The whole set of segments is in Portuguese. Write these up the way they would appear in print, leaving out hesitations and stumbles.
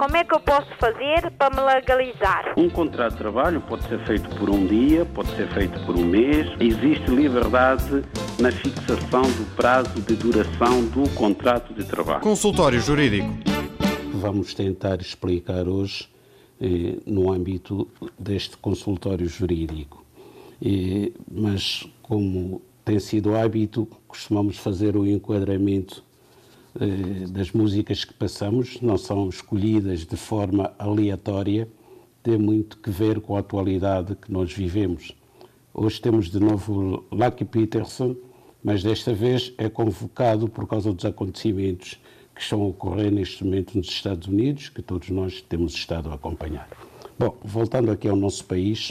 Como é que eu posso fazer para me legalizar? Um contrato de trabalho pode ser feito por um dia, pode ser feito por um mês. Existe liberdade na fixação do prazo de duração do contrato de trabalho. Consultório Jurídico. Vamos tentar explicar hoje no âmbito deste consultório jurídico. Mas, como tem sido hábito, costumamos fazer o enquadramento das músicas que passamos, não são escolhidas de forma aleatória, tem muito que ver com a atualidade que nós vivemos. Hoje temos de novo Lucky Peterson, mas desta vez é convocado por causa dos acontecimentos que estão a ocorrer neste momento nos Estados Unidos, que todos nós temos estado a acompanhar. Bom, voltando aqui ao nosso país,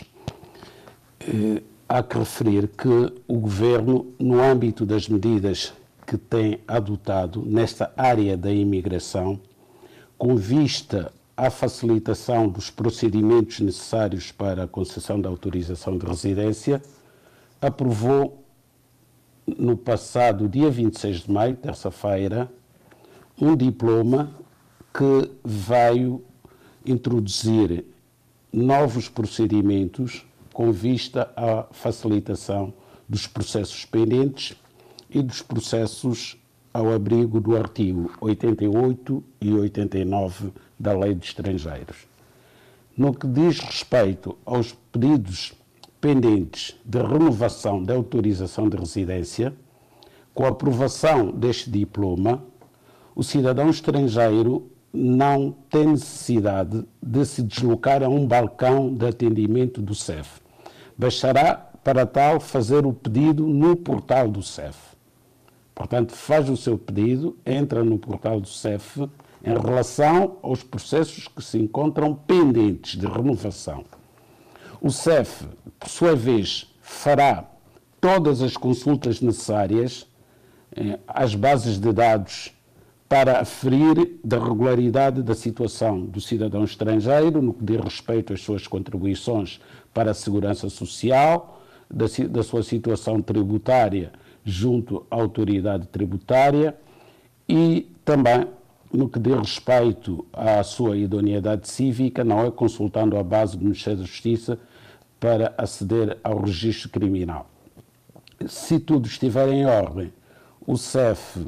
há que referir que o Governo, no âmbito das medidas que tem adotado nesta área da imigração, com vista à facilitação dos procedimentos necessários para a concessão da autorização de residência, aprovou no passado dia 26 de maio, terça-feira, um diploma que vai introduzir novos procedimentos com vista à facilitação dos processos pendentes e dos processos ao abrigo do artigo 88 e 89 da Lei de Estrangeiros. No que diz respeito aos pedidos pendentes de renovação da autorização de residência, com a aprovação deste diploma, o cidadão estrangeiro não tem necessidade de se deslocar a um balcão de atendimento do CEF. Bastará, para tal, fazer o pedido no portal do CEF. Portanto, faz o seu pedido, entra no portal do CEF em relação aos processos que se encontram pendentes de renovação. O CEF, por sua vez, fará todas as consultas necessárias às bases de dados para aferir da regularidade da situação do cidadão estrangeiro no que diz respeito às suas contribuições para a segurança social, da sua situação tributária junto à autoridade tributária e também no que diz respeito à sua idoneidade cívica, não é consultando a base do Ministério da Justiça para aceder ao registro criminal. Se tudo estiver em ordem, o CEF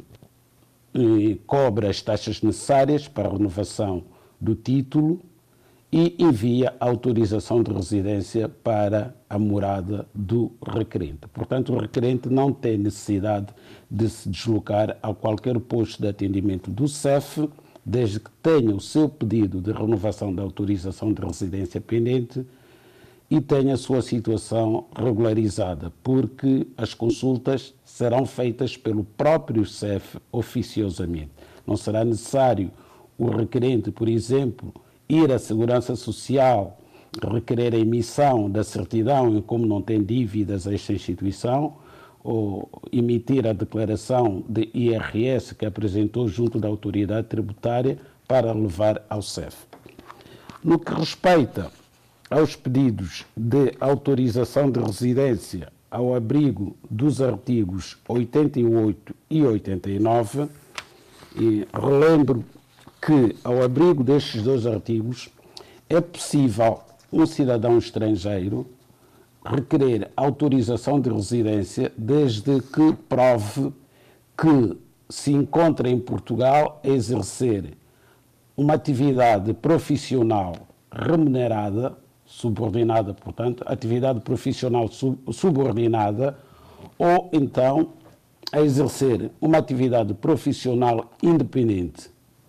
cobra as taxas necessárias para a renovação do título e envia a autorização de residência para a morada do requerente. Portanto, o requerente não tem necessidade de se deslocar a qualquer posto de atendimento do CEF, desde que tenha o seu pedido de renovação da autorização de residência pendente e tenha a sua situação regularizada, porque as consultas serão feitas pelo próprio CEF oficiosamente. Não será necessário o requerente, por exemplo, ir à Segurança Social, requerer a emissão da certidão em como não tem dívidas a esta instituição, ou emitir a declaração de IRS que apresentou junto da autoridade tributária para levar ao CEF. No que respeita aos pedidos de autorização de residência ao abrigo dos artigos 88 e 89, e relembro que, ao abrigo destes dois artigos, é possível um cidadão estrangeiro requerer autorização de residência desde que prove que se encontra em Portugal a exercer uma atividade profissional remunerada, subordinada, portanto, atividade profissional subordinada, ou então a exercer uma atividade profissional independente.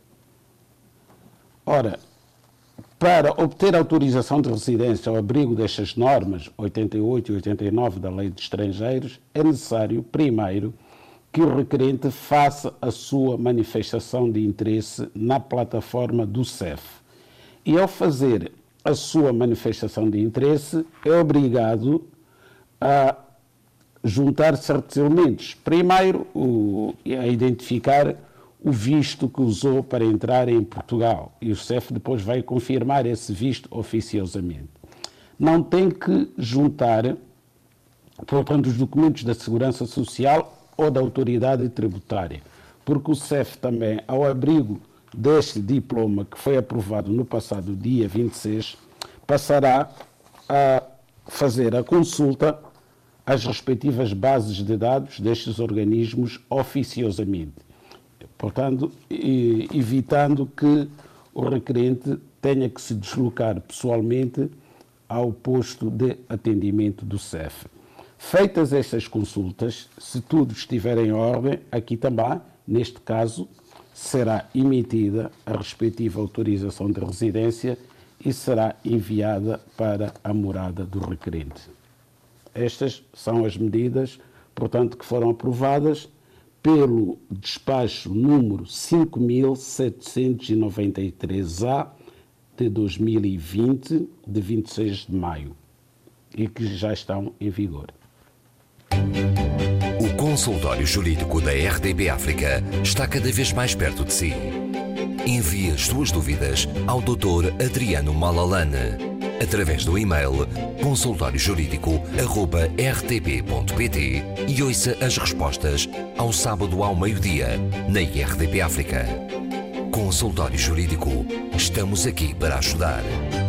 Ora, para obter autorização de residência ao abrigo destas normas, 88 e 89 da Lei de Estrangeiros, é necessário, primeiro, que o requerente faça a sua manifestação de interesse na plataforma do CEF. E, ao fazer a sua manifestação de interesse, é obrigado a juntar certos elementos. Primeiro, a identificar o visto que usou para entrar em Portugal, e o CEF depois vai confirmar esse visto oficiosamente. Não tem que juntar, portanto, os documentos da Segurança Social ou da autoridade tributária, porque o CEF também, ao abrigo deste diploma, que foi aprovado no passado dia 26, passará a fazer a consulta às respectivas bases de dados destes organismos oficiosamente. Portanto, evitando que o requerente tenha que se deslocar pessoalmente ao posto de atendimento do CEF. Feitas estas consultas, se tudo estiver em ordem, aqui também, neste caso, será emitida a respectiva autorização de residência e será enviada para a morada do requerente. Estas são as medidas, portanto, que foram aprovadas pelo despacho número 5.793-A de 2020, de 26 de maio, e que já estão em vigor. O consultório jurídico da RDP África está cada vez mais perto de si. Envie as suas dúvidas ao Dr. Adriano Malalane através do e-mail consultoriojuridico@rtp.pt e ouça as respostas ao sábado ao meio-dia na RDP África. Consultório Jurídico. Estamos aqui para ajudar.